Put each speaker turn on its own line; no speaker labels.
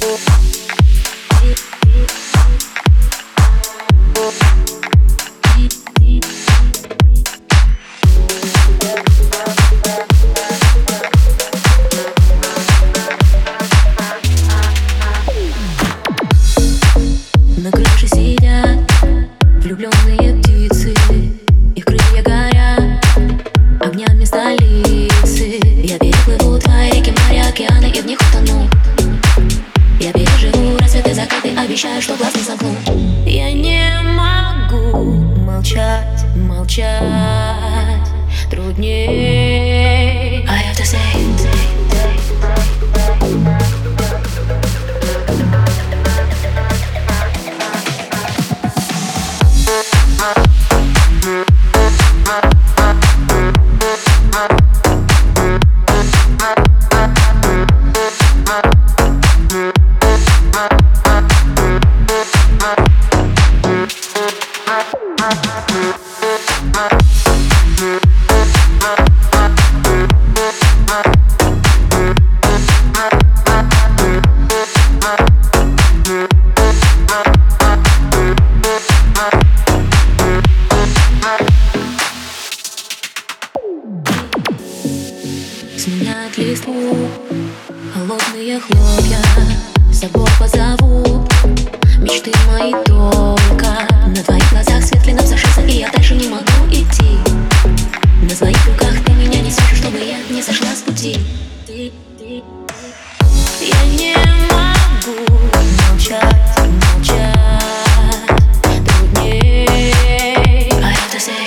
На крыше сидят влюбленные птицы, их крылья горят огнями столицы. Я переплыву твои реки, моря, океаны, и в них утону. Я переживу рассветы, закаты, обещаю, что глаз не сомкну. Я не могу молчать, молчать трудней. I have to say. Сменят листву холодные хлопья, с собой позову мечты мои только. На твоих глазах свет клином сошелся, и я дальше не могу идти. На своих руках ты меня несешь, чтобы я не сошла с пути. Я не могу молчать, молчать трудней. I have to say.